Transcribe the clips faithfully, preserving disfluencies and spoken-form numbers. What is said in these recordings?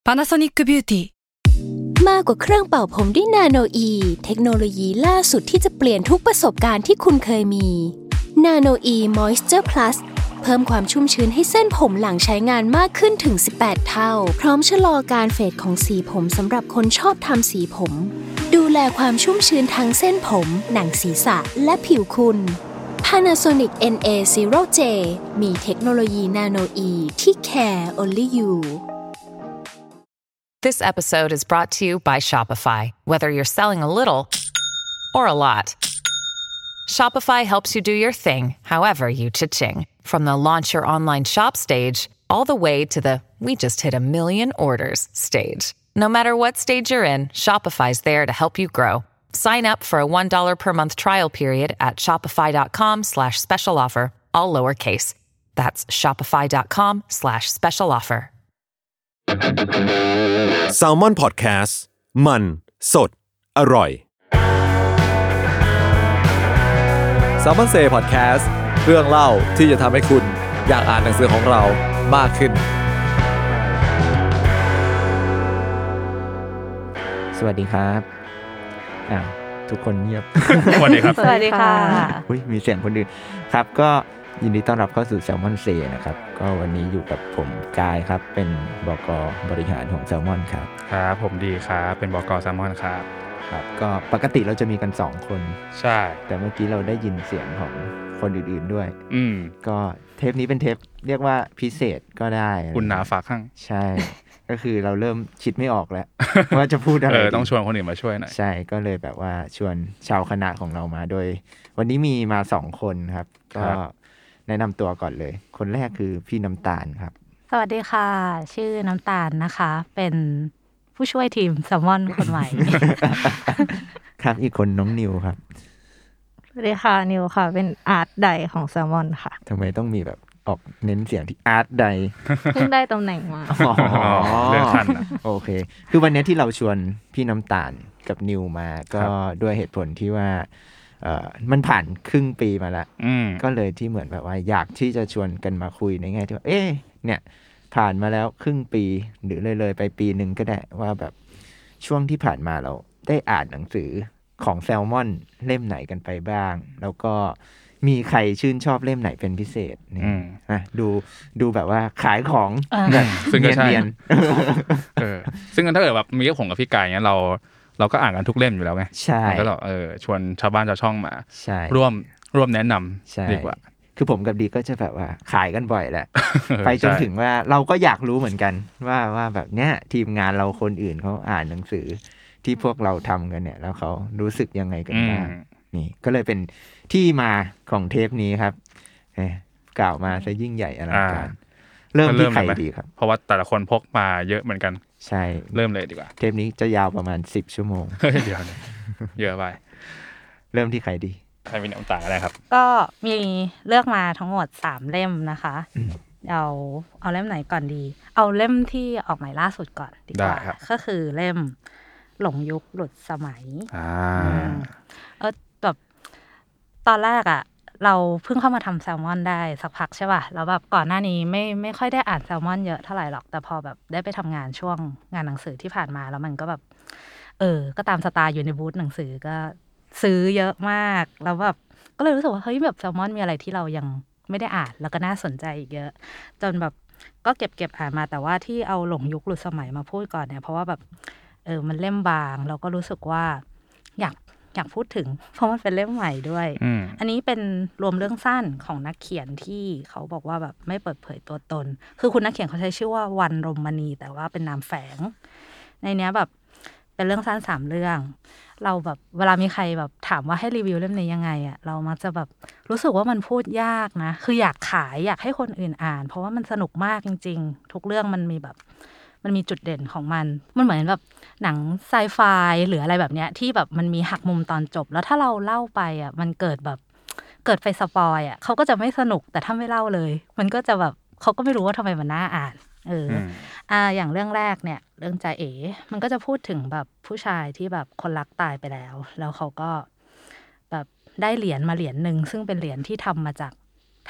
Panasonic Beauty มากกว่าเครื่องเป่าผมด้วยนาโนอีเทคโนโลยีล่าสุดที่จะเปลี่ยนทุกประสบการณ์ที่คุณเคยมีนาโนอีมอยส์เจอร์พลัสเพิ่มความชุ่มชื้นให้เส้นผมหลังใช้งานมากขึ้นถึงสิบแปดเท่าพร้อมชะลอการเฟดของสีผมสำหรับคนชอบทำสีผมดูแลความชุ่มชื้นทั้งเส้นผมหนังศีรษะและผิวคุณ Panasonic เอ็น เอ ศูนย์ เจ มีเทคโนโลยีนาโนอีที่ care only you This episode is brought to you by Shopify. Whether you're selling a little or a lot, Shopify helps you do your thing, however you cha-ching. From the launch your online shop stage, all the way to the we just hit a million orders stage. No matter what stage you're in, Shopify's there to help you grow. Sign up for a one dollar per month trial period at shopify.com slash special offer, all lowercase. That's shopify.com slash special offer. Salmon Podcast มันสดอร่อย Salmon Say Podcast เรื่องเล่าที่จะทำให้คุณอยากอ่านหนังสือของเรามากขึ้นสวัสดีครับอ้าวทุกคนเงียบสวัสดีครับสวัสดีค่ะอุ๊ยมีเสียงคนอื่นครับก็ยินดีต้อนรับเข้าสู่ Salmon Say นะครับก็วันนี้อยู่กับผมกายครับเป็นบก.บริหารของ Salmon ครับครับผมดีครับเป็นบก. Salmon ครับครับก็ปกติเราจะมีกันสองคนใช่แต่เมื่อกี้เราได้ยินเสียงของคนอื่นๆด้วยอืมก็เทปนี้เป็นเทปเรียกว่าพิเศษก็ได้อุ่นหนาฝาข้างใช่ก็คือเราเริ่มคิดไม่ออกแล้ว ว่าจะพูดอะไรเออต้องชวนคนอื่นมาช่วยหน่อยใช่ก็เลยแบบว่าชวนชาวคณะของเรามาโดยวันนี้มีมาสองคนครับก็แนะนำตัวก่อนเลยคนแรกคือพี่น้ำตาลครับสวัสดีค่ะชื่อน้ำตาลนะคะเป็นผู้ช่วยทีมแซลมอนคนใหม่ครับอีกคนน้องนิวครับสวัสดีค่ะนิวค่ะเป็นอาร์ตไดของแซลมอนค่ะทำไมต้องมีแบบออกเน้นเสียงที่อาร์ตไดเพิ่งได้ตำแหน่งมาอ๋อเรื่องขั้นนะโอเคคือวันนี้ที่เราชวนพี่น้ำตาลกับนิวมาก็ด้วยเหตุผลที่ว่าเอ่อมันผ่านครึ่งปีมาแล้วก็เลยที่เหมือนแบบว่าอยากที่จะชวนกันมาคุยในแง่ที่ว่าเอ๊ะเนี่ยผ่านมาแล้วครึ่งปีหรือเลยเลยไปปีนึงก็ได้ว่าแบบช่วงที่ผ่านมาเราได้อ่านหนังสือของแซลมอนเล่มไหนกันไปบ้างแล้วก็มีใครชื่นชอบเล่มไหนเป็นพิเศษนี่อ่ะดูดูแบบว่าขายของแบบซึ่งก็ใช่เออซึ่งถ้าเกิดแบบมีกับผมกับพี่กายเงี้ยเราเราก็อ่านกันทุกเล่มอยู่แล้วไงใช่ก็แบบเออชวนชาวบ้านชาวช่องมาใช่ร่วมร่วมแนะนำดีกว่าคือผมกับดีก็จะแบบว่าขายกันบ่อยแหละ ไปจนถึงว่าเราก็อยากรู้เหมือนกันว่าว่าแบบเนี้ยทีมงานเราคนอื่นเขาอ่านหนังสือที่พวกเราทำกันเนี่ยแล้วเขารู้สึกยังไงกันบ้างนี่ก็เลยเป็นที่มาของเทปนี้ครับกล่าวมาซะยิ่งใหญ่อลังการเริ่มที่ใครดีครับเพราะว่าแต่ละคนพกมาเยอะเหมือนกันใช่เริ่มเลยดีกว่าเทปนี้จะยาวประมาณสิบชั่วโมงเดี๋ยวเยอะไปเริ่มที่ใครดีใครมีน้ำตาอะไรครับก็มีเลือกมาทั้งหมดสามเล่มนะคะเอาเอาเล่มไหนก่อนดีเอาเล่มที่ออกใหม่ล่าสุดก่อนดีกว่าก็คือเล่มหลงยุคหลุดสมัยอ่าเออแบบตอนแรกอ่ะเราเพิ่งเข้ามาทำแซลมอนได้สักพักใช่ป่ะแล้วแบบก่อนหน้านี้ไม่ไม่ค่อยได้อ่านแซลมอนเยอะเท่าไหร่หรอกแต่พอแบบได้ไปทำงานช่วงงานหนังสือที่ผ่านมาแล้วมันก็แบบเออก็ตามสไตล์อยู่ในบูธหนังสือก็ซื้อเยอะมากแล้วแบบก็เลยรู้สึกว่าเฮ้ยแบบแซลมอนมีอะไรที่เรายังไม่ได้อ่านแล้วก็น่าสนใจอีกเยอะจนแบบก็เก็บเก็บอ่านมาแต่ว่าที่เอาหลงยุคหลุดสมัยมาพูดก่อนเนี่ยเพราะว่าแบบเออมันเล่มบางเราก็รู้สึกว่าอยากอยากพูดถึงเพราะมันเป็นเล่มใหม่ด้วย อ, อันนี้เป็นรวมเรื่องสั้นของนักเขียนที่เขาบอกว่าแบบไม่เปิดเผยตัวตนคือคุณนักเขียนเขาใช้ชื่อว่าวันรมณีแต่ว่าเป็นนามแฝงในเนี้ยแบบเป็นเรื่องสั้นสามเรื่องเราแบบเวลามีใครแบบถามว่าให้รีวิวเล่มนี้ยังไงอ่ะเรามักจะแบบรู้สึกว่ามันพูดยากนะคืออยากขายอยากให้คนอื่นอ่านเพราะว่ามันสนุกมากจริงๆทุกเรื่องมันมีแบบมันมีจุดเด่นของมันมันเหมือนแบบหนังไซไฟหรืออะไรแบบเนี้ยที่แบบมันมีหักมุมตอนจบแล้วถ้าเราเล่าไปอ่ะมันเกิดแบบเกิดไฟสปอยอ่ะเขาก็จะไม่สนุกแต่ถ้าไม่เล่าเลยมันก็จะแบบเขาก็ไม่รู้ว่าทำไมมันน่าอ่านเอออ่าอย่างเรื่องแรกเนี่ยเรื่องจ่าเอ๋มันก็จะพูดถึงแบบผู้ชายที่แบบคนรักตายไปแล้วแล้วเขาก็แบบได้เหรียญมาเหรียญนึงซึ่งเป็นเหรียญที่ทำมาจาก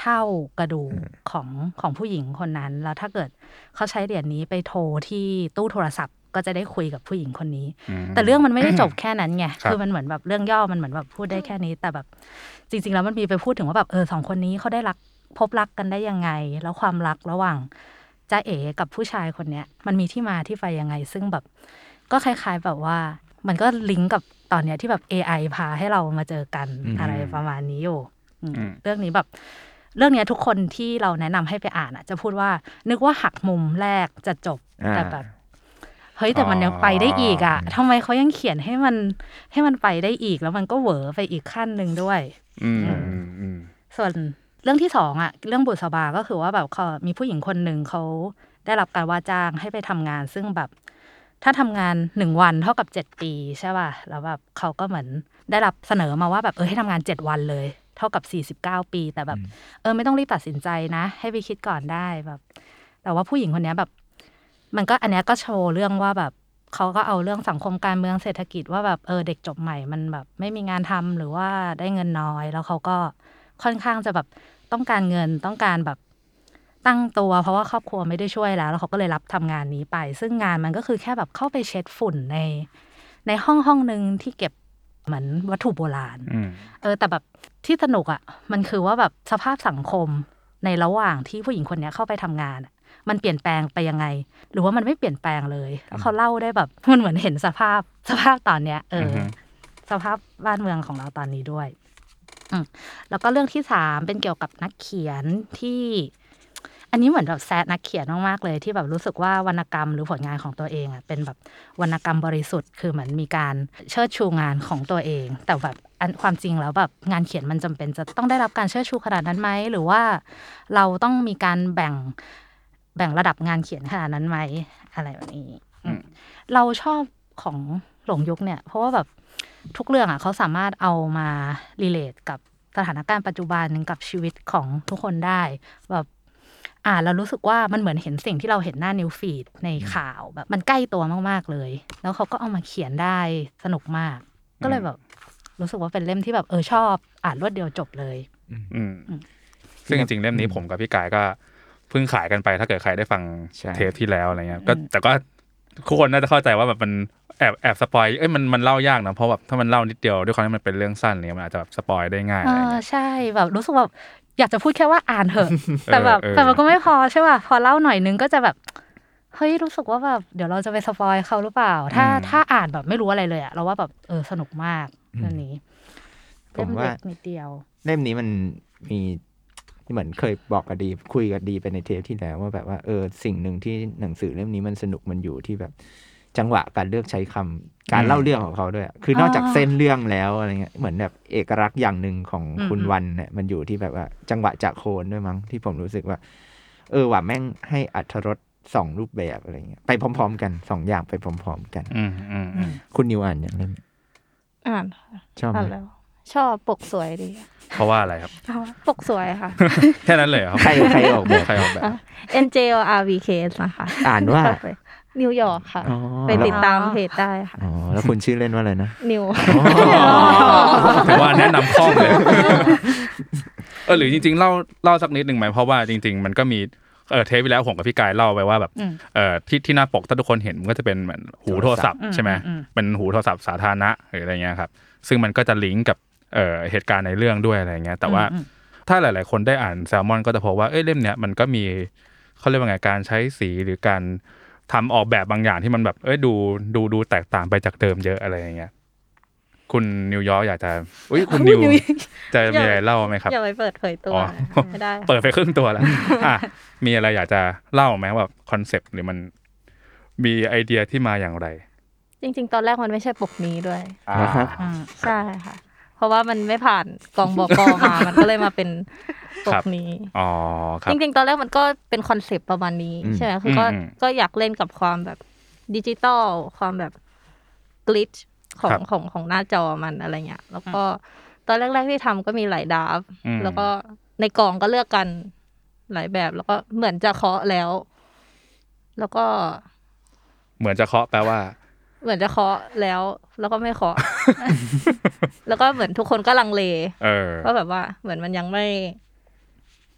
เท่ากระดูกของของผู้หญิงคนนั้นแล้วถ้าเกิดเขาใช้เหรียญนี้ไปโทรที่ตู้โทรศัพท์ก็จะได้คุยกับผู้หญิงคนนี้แต่เรื่องมันไม่ได้จบแค่นั้นไงคือมันเหมือนแบบเรื่องย่อมันเหมือนแบบพูดได้แค่นี้แต่แบบจริงๆแล้วมันมีไปพูดถึงว่าแบบเออสองคนนี้เขาได้รักพบรักกันได้ยังไงแล้วความรักระหว่างจ้าเอ๋กับผู้ชายคนเนี้ยมันมีที่มาที่ไปยังไงซึ่งแบบก็คล้ายๆแบบว่ามันก็ลิงก์กับตอนเนี้ยที่แบบ เอ ไอ พาให้เรามาเจอกันอะไรประมาณนี้อยู่เรื่องนี้แบบเรื่องนี้ทุกคนที่เราแนะนำให้ไปอ่านอ่ะจะพูดว่านึกว่าหักมุมแรกจะจบแต่แบบเฮ้ยแต่มันยังไปได้อีกอ่ะทำไมเขายังเขียนให้มันให้มันไปได้อีกแล้วมันก็เหวอไปอีกขั้นหนึ่งด้วยส่วนเรื่องที่สองอ่ะเรื่องบุษบาก็คือว่าแบบเขามีผู้หญิงคนหนึ่งเขาได้รับการว่าจ้างให้ไปทำงานซึ่งแบบถ้าทำงานหนึ่งวันเท่ากับเจ็ดปีใช่ป่ะแล้วแบบเขาก็เหมือนได้รับเสนอมาว่าแบบเออให้ทำงานเจ็ดวันเลยเท่ากับสี่สิบเก้าปีแต่แบบเออไม่ต้องรีบตัดสินใจนะให้ไปคิดก่อนได้แบบแต่ว่าผู้หญิงคนนี้แบบมันก็อันนี้ก็โชว์เรื่องว่าแบบเขาก็เอาเรื่องสังคมการเมืองเศรษฐกิจว่าแบบเออเด็กจบใหม่มันแบบไม่มีงานทำหรือว่าได้เงินน้อยแล้วเขาก็ค่อนข้างจะแบบต้องการเงินต้องการแบบตั้งตัวเพราะว่าครอบครัวไม่ได้ช่วยแล้วแล้วเขาก็เลยรับทำงานนี้ไปซึ่งงานมันก็คือแค่แบบเข้าไปเช็ดฝุ่นในในห้องห้องนึงที่เก็บเหมือนวัตถุโบราณเออแต่แบบที่สนุกอ่ะมันคือว่าแบบสภาพสังคมในระหว่างที่ผู้หญิงคนนี้เข้าไปทำงานมันเปลี่ยนแปลงไปยังไงหรือว่ามันไม่เปลี่ยนแปลงเลยแล้วเขาเล่าได้แบบมันเหมือนเห็นสภาพสภาพตอนเนี้ยเออสภาพบ้านเมืองของเราตอนนี้ด้วยแล้วก็เรื่องที่สามเป็นเกี่ยวกับนักเขียนที่อันนี้เหมือนแบบแซดนักเขียนมากๆเลยที่แบบรู้สึกว่าวรรณกรรมหรือผลงานของตัวเองอ่ะเป็นแบบวรรณกรรมบริสุทธิ์คือเหมือนมีการเชิดชูงานของตัวเองแต่แบบอันความจริงแล้วแบบงานเขียนมันจำเป็นจะต้องได้รับการเชิดชูขนาดนั้นไหมหรือว่าเราต้องมีการแบ่งแบ่งระดับงานเขียนขนาดนั้นไหมอะไรแบบนี้เราชอบของหลงยุคเนี่ยเพราะว่าแบบทุกเรื่องอ่ะเขาสามารถเอามารีเลทกับสถานการณ์ปัจจุบันกับชีวิตของทุกคนได้แบบอ่านแล้วรู้สึกว่ามันเหมือนเห็นสิ่งที่เราเห็นหน้านิวฟีดในข่าวแบบมันใกล้ตัวมากๆเลยแล้วเขาก็เอามาเขียนได้สนุกมากก็เลยแบบรู้สึกว่าเป็นเล่มที่แบบเออชอบอ่านรวดเดียวจบเลยอืมซึ่งจริงๆเล่มนี้ผมกับพี่กายก็เพิ่งขายกันไปถ้าเกิดใครได้ฟังเทปที่แล้วอะไรเงี้ยก็แต่ก็ทุกคนน่าจะเข้าใจว่าแบบมันแอบแอบสปอยเอ้ยมันมันเล่ายากนะเพราะแบบถ้ามันเล่านิดเดียวด้วยความที่มันเป็นเรื่องสั้นเนี่ยมันอาจจะแบบสปอยได้ง่ายอะไรเงี้ยใช่แบบรู้สึกแบบอยากจะพูดแค่ว่าอ่านเถอะแต่แบบแต่มันก็ไม่พอใช่ป่ะพอเล่าหน่อยนึงก็จะแบบเฮ้ยรู้สึกว่าแบบเดี๋ยวเราจะไปสปอยเขาหรือเปล่าถ้าถ้าอ่านแบบไม่รู้อะไรเลยอะเราว่าแบบเออสนุกมากเรื่องนี้ผมว่านิดเดียวเล่มนี้มันมีเหมือนเคยบอกกับดีคุยกับดีไปในเทปที่แล้วว่าแบบว่าเออสิ่งหนึ่งที่หนังสือเล่มนี้มันสนุกมันอยู่ที่แบบจังหวะการเลือกใช้คำการเล่าเรื่องของเขาด้วยคือนอกจากเส้นเรื่องแล้วอะไรเงี้ยเหมือนแบบเอกลักษณ์อย่างหนึ่งของคุณวันเนี่ยมันอยู่ที่แบบว่าจังหวะจากโคนด้วยมั้งที่ผมรู้สึกว่าเออว่าแม่งให้อรรถรสสองรูปแบบอะไรเงี้ยไปพร้อมๆกันสองอย่างไปพร้อมๆกันคุณนิวอ่านอย่างเล่มอ่านชอบแล้วชอบปกสวยดีเพราะว่าอะไรครับปกสวยค่ะแค่นั้นเลยครับใครใครออกแบบใครออกแบบเอ็น เจ อาร์ วี เค นะคะอ่านว่านิวยอร์กค่ะไปติดตามเพจได้ค่ะอ๋อแล้วคุณชื่อเล่นว่าอะไรนะนิวถือว่าแนะนำข้อเลยเออหรือจริงๆเล่าเล่าสักนิดหนึ่งไหมเพราะว่าจริงๆมันก็มีเออเทปไปแล้วผมกับพี่กายเล่าไปว่าแบบเอ่อที่ที่หน้าปกถ้าทุกคนเห็นมันก็จะเป็นเหมือนหูโทรศัพท์ใช่ไหมเป็นหูโทรศัพท์สาธารณะหรืออะไรเงี้ยครับซึ่งมันก็จะลิงก์กับเอ่อเหตุการณ์ในเรื่องด้วยอะไรเงี้ยแต่ว่าถ้าหลายๆคนได้อ่านแซลมอนก็จะพบว่าเอ้ยเล่มเนี้ยมันก็มีเขาเรียกว่าไงการใช้สีหรือการทำออกแบบบางอย่างที่มันแบบเอ้ยดูดูดูแตกต่างไปจากเดิมเยอะอะไรอย่างเงี้ยคุณนิวยอร์กอยากจะอุ้ยคุณนิวจะมีอะไรเล่าไหมครับอย่าไปเปิดเผยตัวไม่ได้เปิดไปครึ่งตัวแล้วอ่ะมีอะไรอยากจะเล่าไหมว่าคอนเซปต์หรือมันมีไอเดียที่มาอย่างไรจริงๆตอนแรกมันไม่ใช่ปกนี้ด้วยนะครับใช่ค่ะเพราะว่ามันไม่ผ่านกองบกมามันก็เลยมาเป็นปกนี้อ๋อครับจริงๆตอนแรกมันก็เป็นคอนเซปต์ประมาณนี้ใช่ไหมคือก็ก็อยากเล่นกับความแบบดิจิตอลความแบบกลิชของของของหน้าจอมันอะไรเงี้ยแล้วก็ตอนแรกๆที่ทำก็มีหลายดราฟแล้วก็ในกองก็เลือกกันหลายแบบแล้วก็เหมือนจะเคาะแล้วแล้วก็เหมือนจะเคาะแปลว่าเหมือนจะเคาะแล้วแล้วก็ไม่เคาะ แล้วก็เหมือนทุกคนก็ลังเลว่าแบบว่าเหมือนมันยังไม่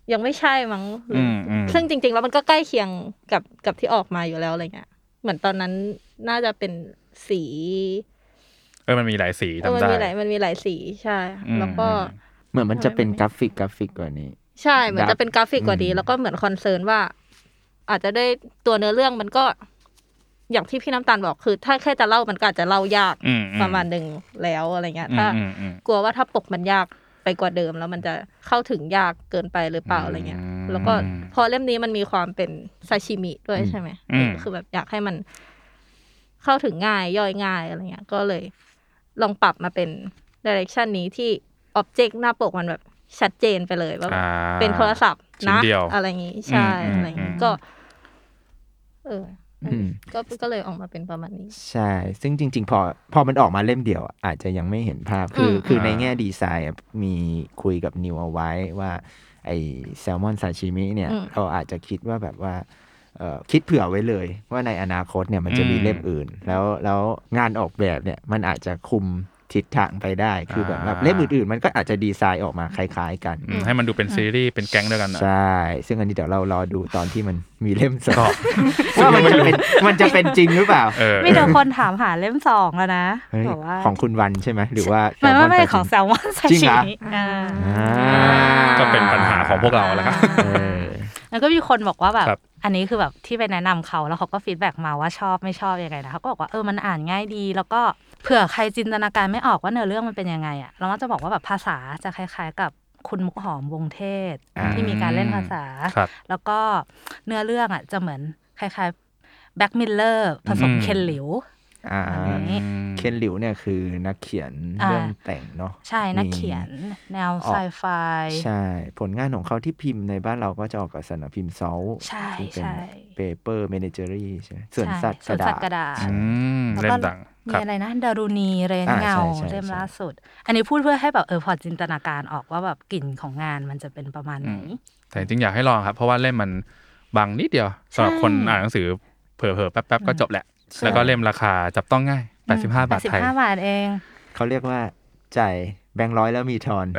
ยังไม่ใช่มั้งซึ่งจริงๆแล้วมันก็ใกล้เคียงกับกับที่ออกมาอยู่แล้วอะไรเงี้ยเหมือนตอนนั้นน่าจะเป็นสีเออมันมีหลายสีจำได้มันมีหลายมันมีหลายสีใช่แล้วก็เหมือนมันจะเป็นกราฟิกกราฟิกกว่านี้ใช่เหมือนจะเป็นกราฟิกกว่านี้แล้วก็เหมือนคอนเซิร์นว่าอาจจะได้ตัวเนื้อเรื่องมันก็อย่างที่พี่น้ำตาลบอกคือถ้าแค่จะเล่ามันก็อาจจะเล่ายากประมาณนึงแล้วอะไรเงี้ยถ้ากลัวว่าถ้าปกมันยากไปกว่าเดิมแล้วมันจะเข้าถึงยากเกินไปหรือเปล่าอะไรเงี้ยแล้วก็พอเล่มนี้มันมีความเป็นซาชิมิด้วยใช่ไหมคือแบบอยากให้มันเข้าถึงง่ายย่อยง่ายอะไรเงี้ยก็เลยลองปรับมาเป็นดิเรกชันนี้ที่อ็อบเจกต์หน้าปกมันแบบชัดเจนไปเลยว่าเป็นโทรศัพท์นะอะไรอย่างงี้ใช่อะไรอย่างงี้ก็เออก็ก็เลยออกมาเป็นประมาณนี้ใช่ซึ่งจริงๆพอพอมันออกมาเล่มเดียวอาจจะยังไม่เห็นภาพคือคือในแง่ดีไซน์มีคุยกับนิวเอาไว้ว่าไอแซลมอนซาชิมิเนี่ยเราอาจจะคิดว่าแบบว่าคิดเผื่อไว้เลยว่าในอนาคตเนี่ยมันจะมีเล่มอื่นแล้วแล้วงานออกแบบเนี่ยมันอาจจะคุมทิศทางไปได้คือแบบแบบเล่มอื่นๆมันก็อาจจะดีไซน์ออกมาคล้ายๆกันให้มันดูเป็นซีรีส์เป็นแก๊งด้วยกันนะใช่ซึ่งอันนี้เดี๋ยวเรารอดูตอนที่มันมีเล่มสองว่ามันจะเป็นมันจะเป็นจริงหรือเปล่ามีแต่คนถามหาเล่มสองแล้วนะบอกว่าของคุณวันใช่ไหมหรือว่าไม่ไม่ของแซลมอนซาชิมิก็เป็นปัญหาของพวกเราแล้วครับแล้วก็มีคนบอกว่าแบบอันนี้คือแบบที่ไปแนะนำเขาแล้วเขาก็ฟีดแบ็กมาว่าชอบไม่ชอบยังไงนะเขาก็บอกว่าเออมันอ่านง่ายดีแล้วก็เผื่อใครจินตนาการไม่ออกว่าเนื้อเรื่องมันเป็นยังไงอ่ะเราก็จะบอกว่าแบบภาษาจะคล้ายๆกับคุณมุกหอมวงเทศที่มีการเล่นภาษาแล้วก็เนื้อเรื่องอ่ะจะเหมือนคล้ายๆแบ็คมิลเลอร์ผสมเคนหลิวอ่าเคนหลิวเนี่ยคือนักเขียนเรื่องแต่งเนาะใช่นักเขียนแนวไซไฟใช่ผลงานของเขาที่พิมพ์ในบ้านเราก็จะออกกับสำนักพิมพ์เซาที่เป็นเปเปอร์เมเนเจอรี่ใช่ส่วนสัตว์กระดาษเล่มดังมีอะไรนะดารุณีเรนเงาเล่มล่าสุดอันนี้พูดเพื่อให้แบบเออพอจินตนาการออกว่าแบบกลิ่นของงานมันจะเป็นประมาณไหนแต่จริงอยากให้ลองครับเพราะว่าเล่มมันบางนิดเดียวสำหรับคนอ่านหนังสือเผลอๆแป๊บๆก็จบแหละแล้วก็เล่มราคาจับต้องง่ายแปดสิบห้าบาทไทยแปดสิบห้าบาทเองเขาเรียกว่าจ่ายแบงค์ร้อยแล้วมีทอน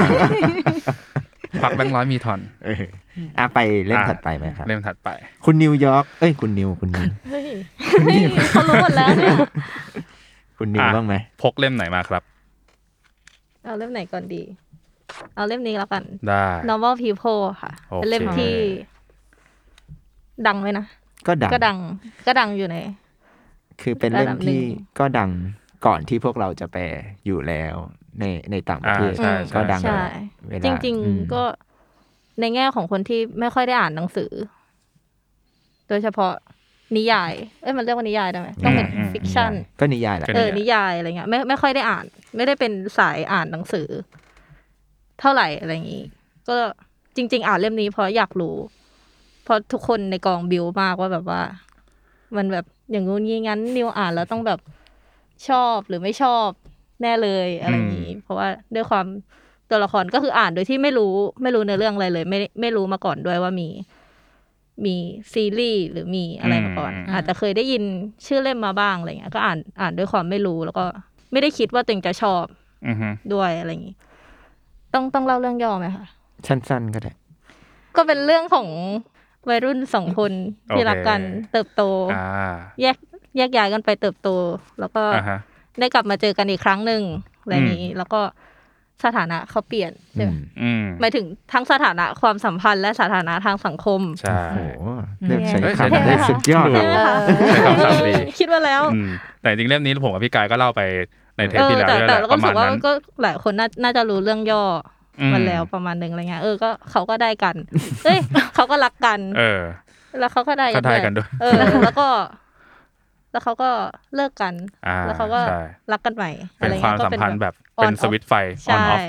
พักแบงค์ร้อยมีทอนเอออ่ะไปเล่มถัดไปไหมครับเล่มถัดไปคุณนิวยอร์กเอ้ยคุณนิวคุณนิวเขารู้หมดแล้วเนี่ยคุณนิวบ้างไหมพกเล่มไหนมาครับเอาเล่มไหนก่อนดีเอาเล่มนี้แล้วกันได้ Normal People ค่ะเป็นเล่มที่ดังไหมนะก็ดังก็ดังก็ดังอยู่ในคือเป็นเล่มที่ก็ดังก่อนที่พวกเราจะแปลอยู่แล้วในในต่างประเทศก็ดังจริงๆก็ในแง่ของคนที่ไม่ค่อยได้อ่านหนังสือโดยเฉพาะนิยายเอ้ยมันเรียกว่านิยายได้ไหมต้องเป็นฟิกชันก็นิยายแหละเออนิยายอะไรเงี้ยไม่ไม่ค่อยได้อ่านไม่ได้เป็นสายอ่านหนังสือเท่าไหร่อะไรอย่างงี้ก็จริงๆอ่านเล่มนี้เพราะอยากรู้เพราะทุกคนในกองบิวมากว่าแบบว่ามันแบบอย่างงู้นงี้งั้นนิวอ่านแล้วต้องแบบชอบหรือไม่ชอบแน่เลยอะไรอย่างนี้เพราะว่าด้วยความตัวละครก็คืออ่านโดยที่ไม่รู้ไม่รู้ในเรื่องอะไรเลยไม่ไม่รู้มาก่อนด้วยว่ามีมีซีรีส์หรือมีอะไรมาก่อนอาจจะเคยได้ยินชื่อเล่มมาบ้างอะไรเงี้ยก็อ่านอ่านด้วยความไม่รู้แล้วก็ไม่ได้คิดว่าตัวเองจะชอบด้วยอะไรอย่างนี้ต้องต้องเล่าเรื่องย่อไหมคะสั้นๆก็ได้ก็เป็นเรื่องของวัยรุ่นสองคนที่รักกันเติบโตแยกแยกย้ายกันไปเติบโตแล้วก็ได้กลับมาเจอกันอีกครั้งหนึ่งอะไรนี้แล้วก็สถานะเขาเปลี่ยนใช่ไหมหมายถึงทั้งสถานะความสัมพันธ์และสถานะทางสังคมใช่โอ้เล่มใช้คำได้สุดยอดเลยใช้คำศัพท์ดีคิดว่าแล้วแต่จริงเล่มนี้ผมกับพี่กายก็เล่าไปในเทปที่แล้วแต่เราก็รู้สึกว่าก็หลายคนน่าจะรู้เรื่องย่อมันแล้วประมาณนึงอะไรเงี้ยเออก็เขาก็ได้กันเอ้ยเขาก็รักกันเออแล้วเขาก็ได้กันด้วยเออแล้วก็แล้วเขาก็เลิกกันแล้วเขาก็รักกันใหม่อะไรเงี้ยเป็นความสัมพันธ์แบบเป็นสวิตช์ไฟ on off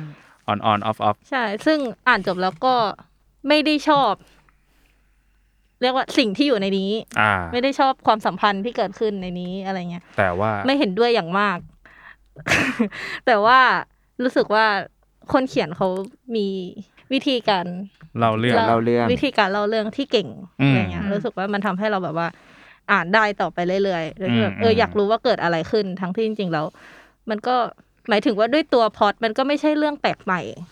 on on off off ใช่ซึ่งอ่านจบแล้วก็ไม่ได้ชอบเรียกว่าสิ่งที่อยู่ในนี้ไม่ได้ชอบความสัมพันธ์ที่เกิดขึ้นในนี้อะไรเงี้ยแต่ว่าไม่เห็นด้วยอย่างมากแต่ว่ารู้สึกว่าคนเขียนเขามีวิธีการเล่าเรื่องเล่าเรื่องวิธีการเล่าเรื่องที่เก่งอะไรเงี้ยรู้สึกว่ามันทำให้เราแบบว่าอ่านได้ต่อไปเรื่อยๆแล้วแบบเอออยากรู้ว่าเกิดอะไรขึ้นทั้งที่จริงๆแล้วมันก็หมายถึงว่าด้วยตัวพล็อตมันก็ไม่ใช่เรื่องแปลกใหม่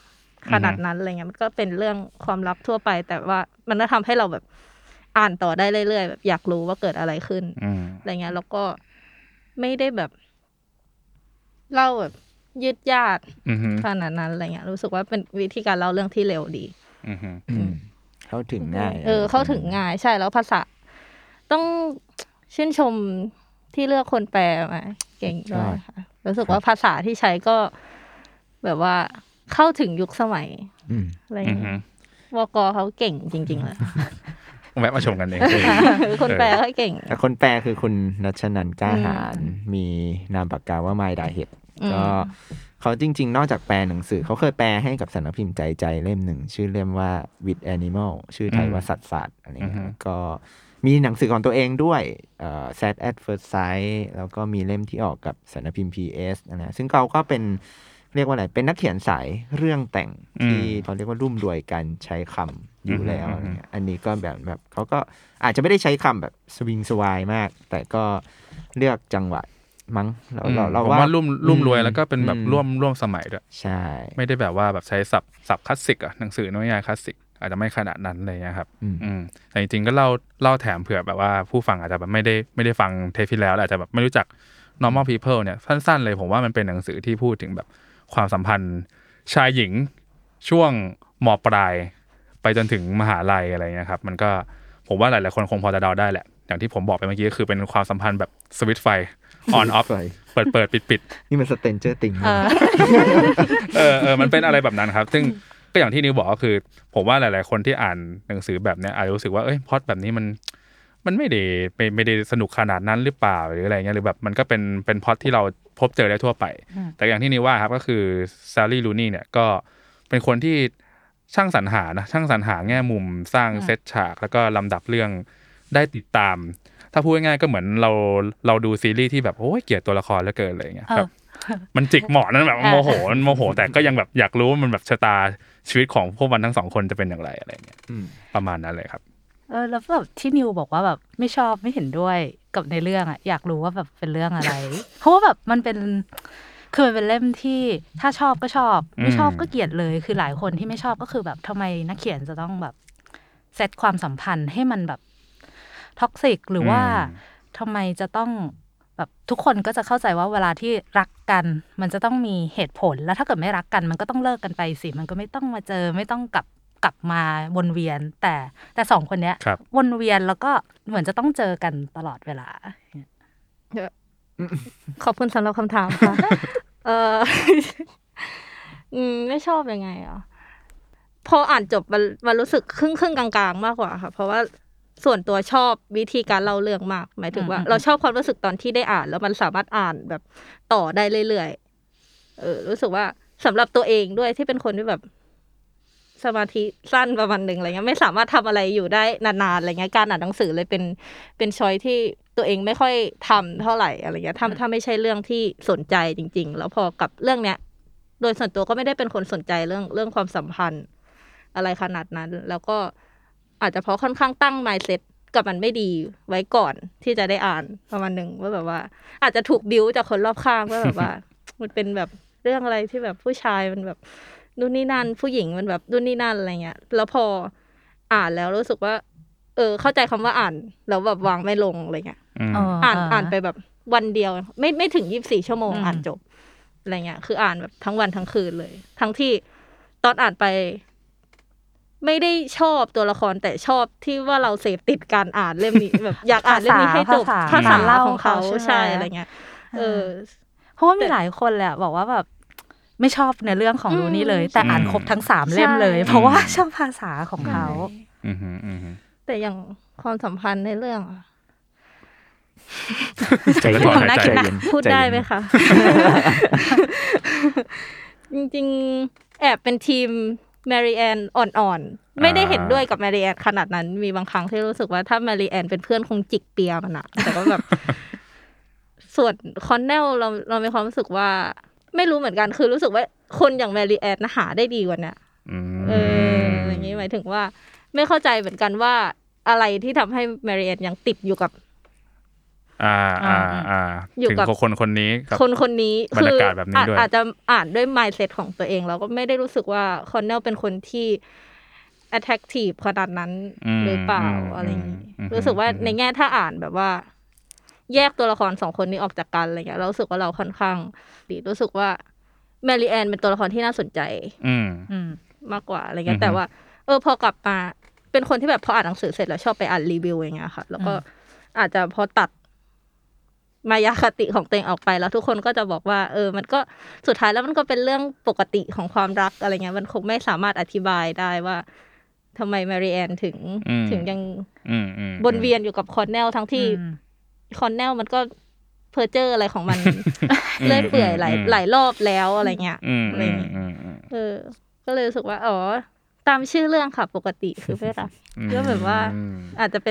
ขนาดนั้นอะไรเงี้ยมันก็เป็นเรื่องความลับทั่วไปแต่ว่ามันก็ทำให้เราแบบอ่านต่อได้เรื่อยๆแบบอยากรู้ว่าเกิดอะไรขึ้นอะไรเงี้ยแล้วก็ไม่ได้แบบเล่าแบบยืดยาดขนาดนั้นอะไรเงี้ยรู้สึกว่าเป็นวิธีการเล่าเรื่องที่เร็วดีเข้าถึงง่ายเออเข้าถึงง่ายใช่แล้วภาษาต้องชื่นชมที่เลือกคนแปลมาเก่งด้วยค่ะรู้สึกว่าภาษาที่ใช้ก็แบบว่าเข้าถึงยุคสมัยอะไรอย่างเงี้ยวกเขาเก่งจริงๆเลยแวะมาชมกันเองคนแปลก็เก่งแต่คนแปลคือคุณณัชนันท์กล้าหาญมีนามปากกาว่าไมดาเห็ดก็เขาจริงๆนอกจากแปลหนังสือเขาเคยแปลให้กับสำนักพิมพ์ใจใจเล่มหนึ่งชื่อเล่มว่า With Animal ชื่อไทยว่าสัตว์ศาสตร์อะไรเงี้ยก็มีหนังสือของตัวเองด้วยเอ่อ Sad at First Sight แล้วก็มีเล่มที่ออกกับสำนักพิมพ์ พี เอส นะซึ่งเขาก็เป็นเรียกว่าอะไรเป็นนักเขียนสายเรื่องแต่งที่เขาเรียกว่ารุ่มรวยกันใช้คำอยู่แล้วอะไรเงี้ยอันนี้ก็แบบแบบเขาก็อาจจะไม่ได้ใช้คำแบบสวิงสวายมากแต่ก็เลือกจังหวะมั้งเราเราเราว่ารุ่มรุ่มรวยแล้วก็เป็นแบบร่วมร่วมสมัยด้วยใช่ไม่ได้แบบว่าแบบใช้ศัพท์ศัพท์คลาสสิกอ่ะหนังสือนวนิยายคลาสสิกอาจจะไม่ขนาดนั้นเลยนะครับอืมแต่จริงๆก็เล่าเล่าแถมเผื่อแบบว่าผู้ฟังอาจจะแบบไม่ได้ไม่ได้ฟังเทปที่แล้วอาจจะแบบไม่รู้จัก normal people เนี่ยสั้นๆเลยผมว่ามันเป็นหนังสือที่พูดถึงแบบความสัมพันธ์ชายหญิงช่วงม.ปลายไปจนถึงมหาลัยอะไรเงี้ยครับมันก็ผมว่าหลายๆคนคงพอจะเดาได้แหละอย่างที่ผมบอกไปเมื่อกี้ก็คือเป็นความสัมพันธ์แบบสวิตช์ไฟ on off เปิดเปิดปิดปิดนี่มัน Stranger Things เออเออมันเป็นอะไรแบบนั้นครับซึ่งก็อย่างที่นิวบอกก็คือผมว่าหลายๆคนที่อ่านหนังสือแบบเนี้ยอาจจะรู้สึกว่าเอ้ยพล็อตแบบนี้มันมันไม่ได้ไม่ไม่ได้สนุกขนาดนั้นหรือเปล่าหรืออะไรเงี้ยหรือแบบมันก็เป็นเป็นพล็อตที่เราพบเจอได้ทั่วไปแต่อย่างที่นิวว่าครับก็คือซารีลูนี่เนี่ยก็เป็นคนที่ช่างสรรหานะช่างสรรหาแง่มุมสร้างเซตฉากแล้วก็ลำดับเรื่องได้ติดตามถ้าพูดง่ายๆก็เหมือนเราเราดูซีรีส์ที่แบบโอ้ยเกลียดตัวละครเหลือเกินอะไรเงี้ยแบบมันจิกหมอนนั่นแบบโมโหโมโหแต่ก็ยังแบบอยากรู้ว่ามันแบบชะตาชีวิตของพวกมันทั้งสองคนจะเป็นอย่างไรอะไรเงี้ยประมาณนั้นเลยครับเออแล้วแบบที่นิวบอกว่าแบบไม่ชอบไม่เห็นด้วยกับในเรื่องอ่ะอยากรู้ว่าแบบเป็นเรื่องอะไร เพราะว่าแบบมันเป็นคือมันเป็นเล่มที่ถ้าชอบก็ชอบไม่ชอบก็เกลียดเลยคือหลายคนที่ไม่ชอบก็คือแบบทำไมนักเขียนจะต้องแบบเซตความสัมพันธ์ให้มันแบบท็อกซิกหรือว่าทำไมจะต้องแบบทุกคนก็จะเข้าใจว่าเวลาที่รักกันมันจะต้องมีเหตุผลแล้วถ้าเกิดไม่รักกันมันก็ต้องเลิกกันไปสิมันก็ไม่ต้องมาเจอไม่ต้องกลับกลับมาวนเวียนแต่แต่สองคนเนี้ยวนเวียนแล้วก็เหมือนจะต้องเจอกันตลอดเวลาขอบคุณสำหรับคำถามค่ะเออไม่ชอบยังไงอ่ะพออ่านจบมันมันรู้สึกครึ่งครึ่งกลางๆมากกว่าค่ะเพราะว่าส่วนตัวชอบวิธีการเล่าเรื่องมากหมายถึงว่าเราชอบความรู้สึกตอนที่ได้อ่านแล้วมันสามารถอ่านแบบต่อได้เรื่อยๆเออรู้สึกว่าสำหรับตัวเองด้วยที่เป็นคนที่แบบสมาธิสั้นประมาณนึงอะไรเงี้ยไม่สามารถทำอะไรอยู่ได้นานๆอะไรเงี้ยการอ่านหนังสือเลยเป็นเป็นช้อยที่ตัวเองไม่ค่อยทำเท่าไหร่อะไรเงี้ยถ้าถ้าไม่ใช่เรื่องที่สนใจจริงๆแล้วพอกับเรื่องเนี้ยโดยส่วนตัวก็ไม่ได้เป็นคนสนใจเรื่องเรื่องความสัมพันธ์อะไรขนาดนั้นแล้วก็อาจจะเพราะค่อนข้างตั้ง mindset กับมันไม่ดีไว้ก่อนที่จะได้อ่านประมาณนึงว่าแบบว่าอาจจะถูกบิ้วจากคนรอบข้างว่าแบบว่า มันเป็นแบบเรื่องอะไรที่แบบผู้ชายมันแบบนู่นนี่นั่นผู้หญิงมันแบบนู่นนี่นั่นอะไรเงี้ยแล้วพออ่านแล้วรู้สึกว่าเออเข้าใจคำว่าอ่านแล้วแบบวางไม่ลงอะไรเงี้ยอ่านอ่านไปแบบวันเดียวไม่ไม่ถึงยี่สิบสี่ชั่วโมงอ่านจบอะไรเงี้ยคืออ่านแบบทั้งวันทั้งคืนเลยทั้งที่ตอนอ่านไปไม่ได้ชอบตัวละครแต่ชอบที่ว่าเราเสพติดการอ่านเล่มนี้แบบอยากอ่านเล่มนี้ให้จบภาษาเล่าของเขาใช่อะไรเงี้ยเออเพราะว่ามีหลายคนแหละบอกว่าแบบไม่ชอบในเรื่องของรูนี่เลยแต่อ่านครบทั้งสามเล่มเลยเพราะว่าชอบภาษาของเขาแต่อย่างความสัมพันธ์ในเรื่องใจเย็นใจเย็นพูดได้ไหมคะจริงๆแอบเป็นทีมแมรี่แอนอ่อนๆไม่ได้เห็นด้วยกับแมรี่แอนขนาดนั้นมีบางครั้งที่รู้สึกว่าถ้าแมรี่แอนเป็นเพื่อนคงจิกเปียมันอะแต่ก็แบบส่วนคอนเนลเราเรามีความรู้สึกว่าไม่รู้เหมือนกันคือรู้สึกว่าคนอย่างแมรี่แอนหาได้ดีกว่านี้เอออย่างนี้หมายถึงว่าไม่เข้าใจเหมือนกันว่าอะไรที่ทำให้แมรี่แอนยังติดอยู่กับอ่าอ่าอ่าอยู่กับคนคนนี้คนคนนี้บรรยากาศแบบนี้ด้วยอาจจะอ่านด้วย mindset ของตัวเองแล้วก็ไม่ได้รู้สึกว่าคอนเนลเป็นคนที่ attractive ขนาดนั้นหรือเปล่าอะไรอย่างนี้รู้สึกว่าในแง่ถ้าอ่านแบบว่าแยกตัวละครสองคนนี้ออกจากกันอะไรเงี้ยเรารู้สึกว่าเราค่อนข้างดีรู้สึกว่าแมรี่แอนเป็นตัวละครที่น่าสนใจมากกว่าอะไรเงี้ยแต่ว่าเออพอกลับมาเป็นคนที่แบบพออ่านหนังสือเสร็จแล้วชอบไปอ่านรีวิวอย่างเงี้ยค่ะแล้วก็อาจจะพอตัดมายาคติของตัวเองออกไปแล้วทุกคนก็จะบอกว่าเออมันก็สุดท้ายแล้วมันก็เป็นเรื่องปกติของความรักอะไรเงี้ยมันคงไม่สามารถอธิบายได้ว่าทำไมแมรี่แอนถึงถึงยังวนเวียนอยู่กับคอนเนลทั้งที่คอนเนลมันก็เพอร์เจอร์อะไรของมันเลื่อยเปื่อยหลายหลายรอบแล้วอะไรเงี้ยอะไรเงี้ยเออก็เลยรู้สึกว่าอ๋อตามชื่อเรื่องค่ะปกติคือไม่รักก็แบบว่าอาจจะเป็น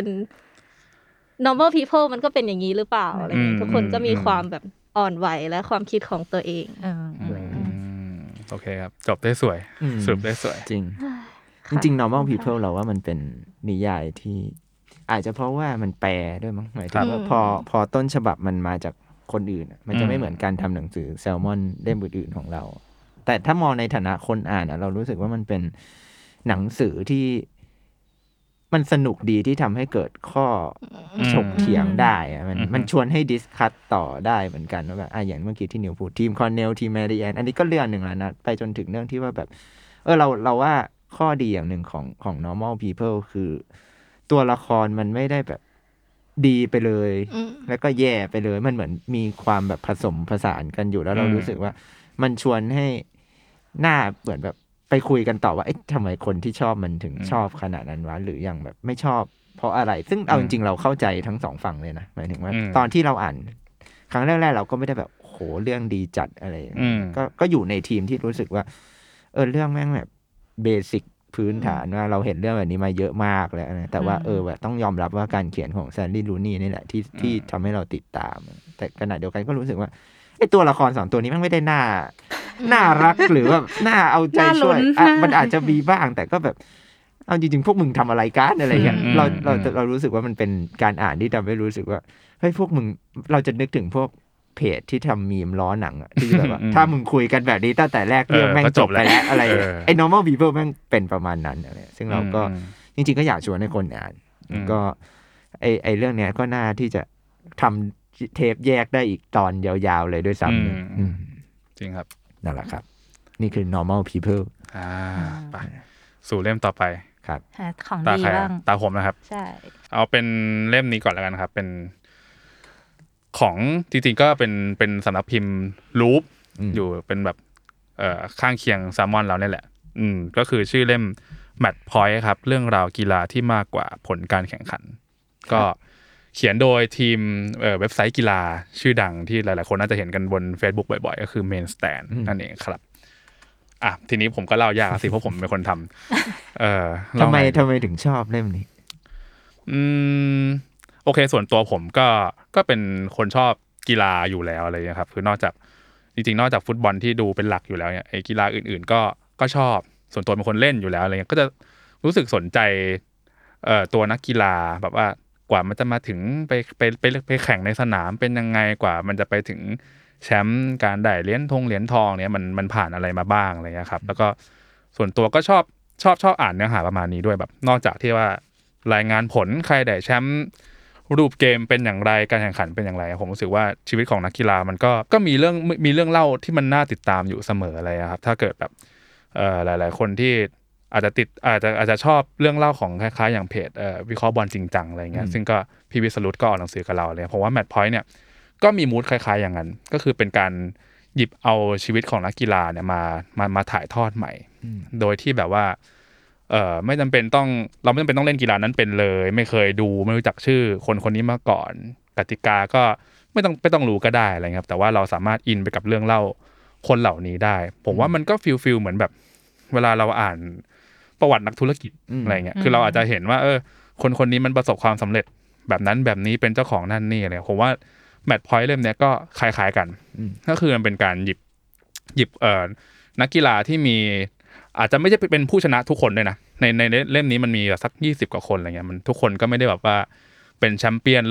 normal people มันก็เป็นอย่างนี้หรือเปล่าอะไรเงี้ยทุกคนก็มีความแบบอ่อนไหวและความคิดของตัวเองโอเคครับจบได้สวยสรุปได้สวยจริงจริงๆ normal people เราว่ามันเป็นนิยายที่อาจจะเพราะว่ามันแปลด้วยมั้งหมายถึงว่าพอพอต้นฉบับมันมาจากคนอื่นมันจะไม่เหมือนการทำหนังสือแซลมอนเล่มอื่นๆของเราแต่ถ้ามองในฐานะคนอ่านเรารู้สึกว่ามันเป็นหนังสือที่มันสนุกดีที่ทำให้เกิดข้อถกเถียงได้มันมันชวนให้ดิสคัสต่อได้เหมือนกันว่าแบบอ่ะอย่างเมื่อกี้ที่นิวพูดทีมคอนเนลทีมแมรี่แอนอันนี้ก็เรื่องหนึ่งแล้วนะไปจนถึงเรื่องที่ว่าแบบเออเราเราว่าข้อดีอย่างหนึ่งของของ normal people คือตัวละครมันไม่ได้แบบดีไปเลยแล้วก็แย่ไปเลยมันเหมือนมีความแบบผสมผสานกันอยู่แล้วเรารู้สึกว่ามันชวนให้หน้าเหมือนแบบไปคุยกันต่อว่าเอ๊ะทำไมคนที่ชอบมันถึงชอบขนาดนั้นวะหรืออย่างแบบไม่ชอบเพราะอะไรซึ่งเอาจริงๆเราเข้าใจทั้งสองฝั่งเลยนะหมายถึงว่าตอนที่เราอ่านครั้งแรกๆเราก็ไม่ได้แบบโหเรื่องดีจัดอะไรก็ก็อยู่ในทีมที่รู้สึกว่าเออเรื่องแม่งแบบเบสิกพื้นฐานว่าเราเห็นเรื่องแบบนี้มาเยอะมากแล้วนะแต่ว่าเออแบบต้องยอมรับว่าการเขียนของแซนดี้ลูนี่นี่แหละที่ที่ทำให้เราติดตามแต่ขณะเดียวกันก็รู้สึกว่าไอ้ตัวละครสองตัวนี้มันไม่ได้น่าน่ารักหรือว่าน่าเอาใจช่วยมันอาจจะมีบ้างแต่ก็แบบเอาจริงๆพวกมึงทำอะไรกันอะไรอย่างเงี้ยเราเราเรารู้สึกว่ามันเป็นการอ่านที่ทำให้รู้สึกว่าเฮ้ยพวกมึงเราจะนึกถึงพวกเพจที่ทำมีมล้อหนังอ่ะที่แบบว่าถ้ามึงคุยกันแบบนี้ตั้งแต่แรกเรื่องแม่งจบไปแล้วอะไรไอ้ normal people แม่งเป็นประมาณนั้นอะไรซึ่งเราก็จริงๆก็อยากชวนให้คนอ่านก็ไอ้ไอ้เรื่องเนี้ยก็น่าที่จะทำเทปแยกได้อีกตอนยาวๆเลยด้วยซ้ำจริงครับนั่นแหละครับนี่คือ normal people อ่าไปสู่เล่มต่อไปครับของดีบ้างตาผมนะครับใช่เอาเป็นเล่มนี้ก่อนแล้วกันครับเป็นของจริงๆก็เป็นเป็นสำนักพิมพ์ลูปอยู่เป็นแบบเอ่อข้างเคียงแซลมอนเราเนี่ยแหละอืมก็คือชื่อเล่ม Match Point ครับเรื่องราวกีฬาที่มากกว่าผลการแข่งขันก็เขียนโดยทีมเอ่อเว็บไซต์กีฬาชื่อดังที่หลายๆคนน่าจะเห็นกันบน Facebook บ่อยๆก็คือ Main Stand นั่นเองครับอ่ะทีนี้ผมก็เล่ายากสิเพราะผมเป็นคนทำเอ่อทำไมทำไมถึงชอบเล่มนี้อืมโอเคส่วนตัวผมก็ก็เป็นคนชอบกีฬาอยู่แล้วอะไรอย่างเงี้ยครับคือนอกจากจริงๆนอกจากฟุตบอลที่ดูเป็นหลักอยู่แล้วเนี่ยไอ้กีฬาอื่นๆก็ก็ชอบส่วนตัวเป็นคนเล่นอยู่แล้วอะไรเงี้ยก็จะรู้สึกสนใจเอ่อตัวนักกีฬาแบบว่ากว่ามันจะมาถึงไปไปไปไปแข่งในสนามเป็นยังไงกว่ามันจะไปถึงแชมป์การได้เหรียญทองเหรียญทองเนี่ยมันมันผ่านอะไรมาบ้างอะไรเงี้ยครับแล้วก็ส่วนตัวก็ชอบชอบชอบอ่านเนื้อหาประมาณนี้ด้วยแบบนอกจากที่ว่ารายงานผลใครได้แชมป์รูปเกมเป็นอย่างไรการแข่งขันเป็นอย่างไรผมรู้สึกว่าชีวิตของนักกีฬามันก็ก็มีเรื่องมีเรื่องเล่าที่มันน่าติดตามอยู่เสมออะไรครับถ้าเกิดแบบเอ่อหลายๆคนที่อาจจะติดอาจจะอาจจะชอบเรื่องเล่าของคล้ายๆอย่างเพจเอ่อวิเคราะห์บอลจริงจังอะไรเงี้ยซึ่งก็พี่วิสรุตก็ออกหนังสือกับเราเลยผมว่าแมตช์พอยต์เนี่ยก็มีมูดคล้ายๆอย่างนั้นก็คือเป็นการหยิบเอาชีวิตของนักกีฬาเนี่ยมามามาถ่ายทอดใหม่โดยที่แบบว่าเอ่อไม่จำเป็นต้องเราไม่จำเป็นต้องเล่นกีฬานั้นเป็นเลยไม่เคยดูไม่รู้จักชื่อคนคนนี้มาก่อนกติกาก็ไม่ต้องไม่ต้องรู้ก็ได้อะไรครับแต่ว่าเราสามารถอินไปกับเรื่องเล่าคนเหล่านี้ได้ผมว่ามันก็ฟีลฟีลเหมือนแบบเวลาเราอ่านประวัตินักธุรกิจอะไรเงี้ยคือเราอาจจะเห็นว่าเออคนคนนี้มันประสบความสำเร็จแบบนั้นแบบนี้เป็นเจ้าของนั่นนี่อะไรผมว่าแมตช์พอยต์เล่มเนี้ยก็คล้ายๆกันก็คือมันเป็นการหยิบหยิบเอ่อนักกีฬาที่มีอาจจะไม่ใช่เป็นผู้ชนะทุกคนด้วยนะในในเล่มนี้มันมีสักยี่สิบกว่าคนอะไรเงี้ยมันทุกคนก็ไม่ได้แบบว่าเป็นแชมเปี้ยนโลก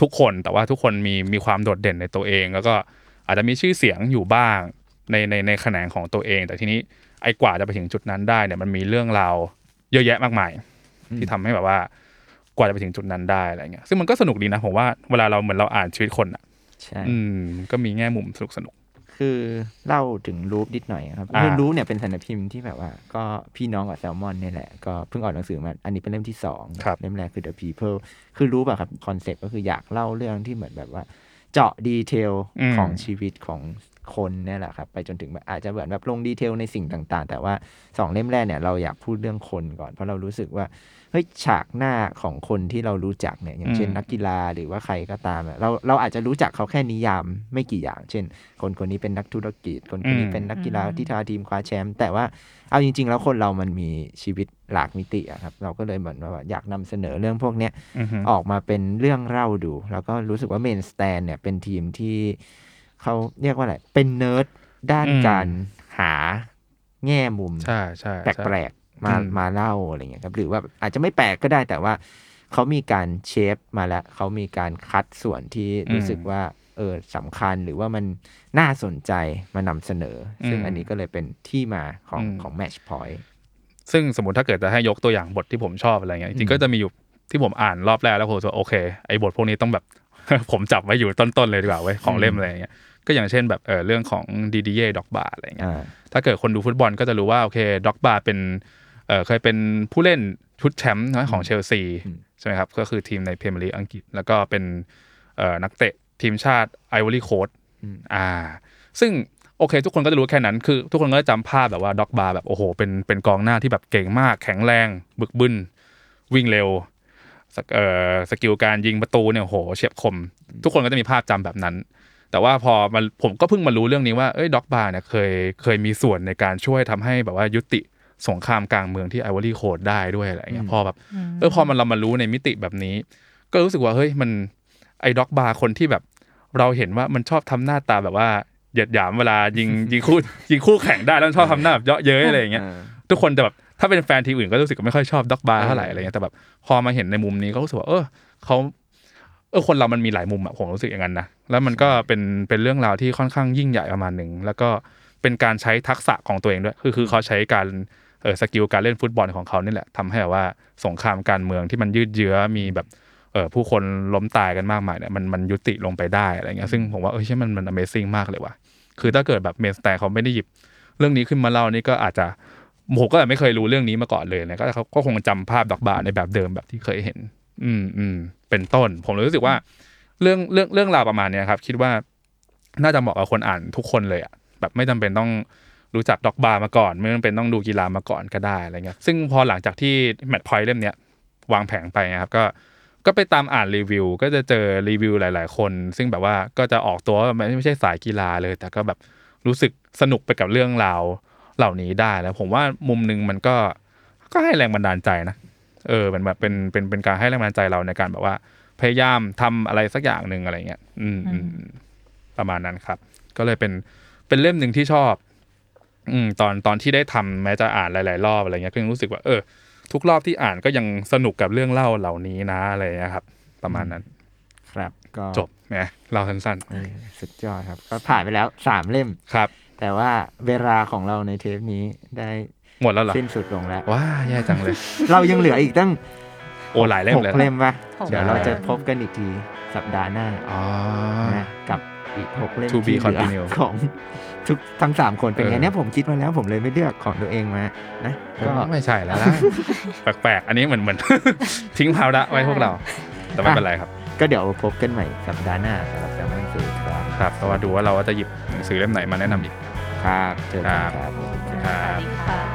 ทุกคนแต่ว่าทุกคนมีมีความโดดเด่นในตัวเองแล้วก็อาจจะมีชื่อเสียงอยู่บ้างในในในแขนงของตัวเองแต่ทีนี้ไอ้กว่าจะไปถึงจุดนั้นได้เนี่ยมันมีเรื่องราวเยอะแยะมากมายที่ทำให้แบบว่ากว่าจะไปถึงจุดนั้นได้อะไรเงี้ยซึ่งมันก็สนุกดีนะผมว่าเวลาเราเหมือนเราอ่านชีวิตคนอ่ะใช่อืมก็มีแง่มุมสนุกสนุกคือเล่าถึงรูปนิดหน่อยครับคือรูปเนี่ยเป็นสารพิมพ์ที่แบบว่าก็พี่น้องกับแซลมอนนี่แหละก็เพิ่งออกหนังสือมาอันนี้เป็นเล่มที่สองเล่มแรกคือ The People คือรูปอะครับคอนเซ็ปต์ก็คืออยากเล่าเรื่องที่เหมือนแบบว่าเจาะดีเทลของชีวิตของคนเนี่ยแหละครับไปจนถึงอาจจะเหมือนแบบลงดีเทลในสิ่งต่างๆแต่ว่าสองเล่มแรกเนี่ยเราอยากพูดเรื่องคนก่อนเพราะเรารู้สึกว่าเฮ้ยฉากหน้าของคนที่เรารู้จักเนี่ยอย่างเช่นนักกีฬาหรือว่าใครก็ตามเราเราอาจจะรู้จักเขาแค่นิยามไม่กี่อย่างเช่นคนคนนี้เป็นนักธุรกิจคนคนนี้เป็นนักกีฬาที่พาทีมคว้าแชมป์แต่ว่าเอาจริงๆแล้วคนเรามันมีชีวิตหลากมิติอะครับเราก็เลยเหมือนว่าอยากนำเสนอเรื่องพวกเนี้ยออกมาเป็นเรื่องเล่าดูแล้วก็รู้สึกว่าเมนสแตนเนี่ยเป็นทีมที่เขาเรียกว่าอะไรเป็นเนิร์ดด้านการหาแง่มุมแปลกๆมามาเล่าอะไรเงี้ยครับหรือว่าอาจจะไม่แปลกก็ได้แต่ว่าเขามีการเชฟมาแล้วเขามีการคัดส่วนที่รู้สึกว่าเออสำคัญหรือว่ามันน่าสนใจมานำเสนอซึ่งอันนี้ก็เลยเป็นที่มาของของ Match Point ซึ่งสมมติถ้าเกิดจะให้ยกตัวอย่างบทที่ผมชอบอะไรเงี้ยจริงๆก็จะมีอยู่ที่ผมอ่านรอบแรกแล้วผมรู้สึกโอเคไอ้บทพวกนี้ต้องแบบ ผมจับไว้อยู่ต้นๆเลยดีกว่าไว้ของเล่มอะไรเงี้ยก็อย่างเช่นแบบเออเรื่องของดีดีเย่ด็อกบาร์อะไรเงี้ยถ้าเกิดคนดูฟุตบอลก็จะรู้ว่าโอเคด็อกบาร์เป็นเออเคยเป็นผู้เล่นชุดแชมป์ของเชลซีใช่ไหมครับก็คือทีมในพรีเมียร์ลีกอังกฤษแล้วก็เป็นเอ่อนักเตะทีมชาติไอวอรี่โค้สอ่าซึ่งโอเคทุกคนก็จะรู้แค่นั้นคือทุกคนก็จะจำภาพแบบว่าด็อกบาร์แบบโอ้โหเป็นเป็นกองหน้าที่แบบเก่งมากแข็งแรงบึกบึนวิ่งเร็วเอ่อสกิลการยิงประตูเนี่ยโหเฉียบคมทุกคนก็จะมีภาพจำแบบนั้นแต่ว่าพอมันผมก็เพิ่งมารู้เรื่องนี้ว่าเอ้ยด็อกบาร์เนี่ยเคยเคยมีส่วนในการช่วยทำให้แบบว่ายุติสงครามกลางเมืองที่ไอวอรี่โค้สได้ด้วยอะไรเงี้ยพอแบบเออพอมันเรามารู้ในมิติแบบนี้ก็รู้สึกว่าเฮ้ยมันไอ้ด็อกบาร์คนที่แบบเราเห็นว่ามันชอบทำหน้าตาแบบว่าเหยียดหยามเวลายิงยิงคู่ยิงคู่แข่งได้แล้วชอบทำหน้าแบบเยาะเย้ยอะไรอย่างเงี้ยทุกคนจะแบบถ้าเป็นแฟนทีมอื่นก็รู้สึกไม่ค่อยชอบด็อกบาร์เท่าไหร่อะไรเงี้ยแต่แบบพอมาเห็นในมุมนี้ก็รู้สึกว่าเออเขาเออคนเรามันมีหลายมุมอะผมรู้สึกอย่างนั้นนะแล้วมันก็เป็นเป็นเรื่องราวที่ค่อนข้างยิ่งใหญ่ประมาณนึงแล้วก็เป็นการใช้ทักษะของตัวเองด้วยคือคือเขาใช้การเออสกิลการเล่นฟุตบอลของเขานี่แหละทำให้แบบว่าสงครามการเมืองที่มันยืดเยื้อมีแบบเออผู้คนล้มตายกันมากมายเนี่ยมันมันยุติลงไปได้อะไรเงี้ยซึ่งผมว่าเออใช่มันมัน Amazing มากเลยว่ะคือถ้าเกิดแบบเมนสแตนเขาไม่ได้หยิบเรื่องนี้ขึ้นมาเล่านี่ก็อาจจะผมก็ไม่เคยรู้เรื่องนี้มาก่อนเลยนะก็เขาก็คงจำภาพด็อกบาร์ในแบบเดิมแบบที่เคยเห็นอืมอืมเป็นต้นผมรู้สึกว่าเรื่องเรื่องเรื่องราวประมาณนี้ครับคิดว่าน่าจะเหมาะกับคนอ่านทุกคนเลยอ่ะแบบไม่จำเป็นต้องรู้จักด็อกบาร์มาก่อนไม่จำเป็นต้องดูกีฬามาก่อนก็ได้อะไรเงี้ยซึ่งพอหลังจากที่แมตช์พอยต์เล่มเนี้ยวางแผงไปนะครับก็ก็ไปตามอ่านรีวิวก็จะเจอรีวิวหลายๆคนซึ่งแบบว่าก็จะออกตัวว่าไม่ใช่สายกีฬาเลยแต่ก็แบบรู้สึกสนุกไปกับเรื่องราวเหล่านี้ได้แล้วผมว่ามุมนึงมันก็ก็ให้แรงบันดาลใจนะเออมันแบบเป็นเป็นเป็นการให้แรงบันดาลใจเราในการแบบว่าพยายามทำอะไรสักอย่างนึงอะไรเงี้ยอืมอืมประมาณนั้นครับก็เลยเป็นเป็นเล่มนึงที่ชอบอืมตอนตอนที่ได้ทำแม้จะอ่านหลายๆรอบอะไรเงี้ยก็ยังรู้สึกว่าเออทุกรอบที่อ่านก็ยังสนุกกับเรื่องเล่าเหล่านี้นะอะไรเงี้ยครับประมาณนั้นครับก็จบไงเล่าสั้นๆสุดยอดครับก็ผ่านไปแล้วสามเล่มครับแต่ว่าเวลาของเราในเทปนี้ได้หมดแล้วเหรอสิ้นสุดลงแล้วว้าแย่จังเลยเรายังเหลืออีกตั้งโอ้หลายเล่มเลยหกเล่มป่ะเดี๋ยวเราจะพบกันอีกทีสัปดาห์หน้าอ๋อนะกับอีกหกเล่ม To be continue ของทุกทั้งสามคนเป็นไงเนี่ยผมคิดมาแล้วผมเลยไม่เลือกของตัวเองมานะก็ไม่ใช่แล้วนะแปลกๆอันนี้เหมือนเหมือนทิ้งภาระไว้พวกเราแต่ไม่เป็นไรครับก็เดี๋ยวพบกันใหม่สัปดาห์หน้าสำหรับแซมมอนซีครับครับเพราะว่าดูว่าเราจะหยิบหนังสือเล่มไหนมาแนะนำอีกครับเจอกันครับ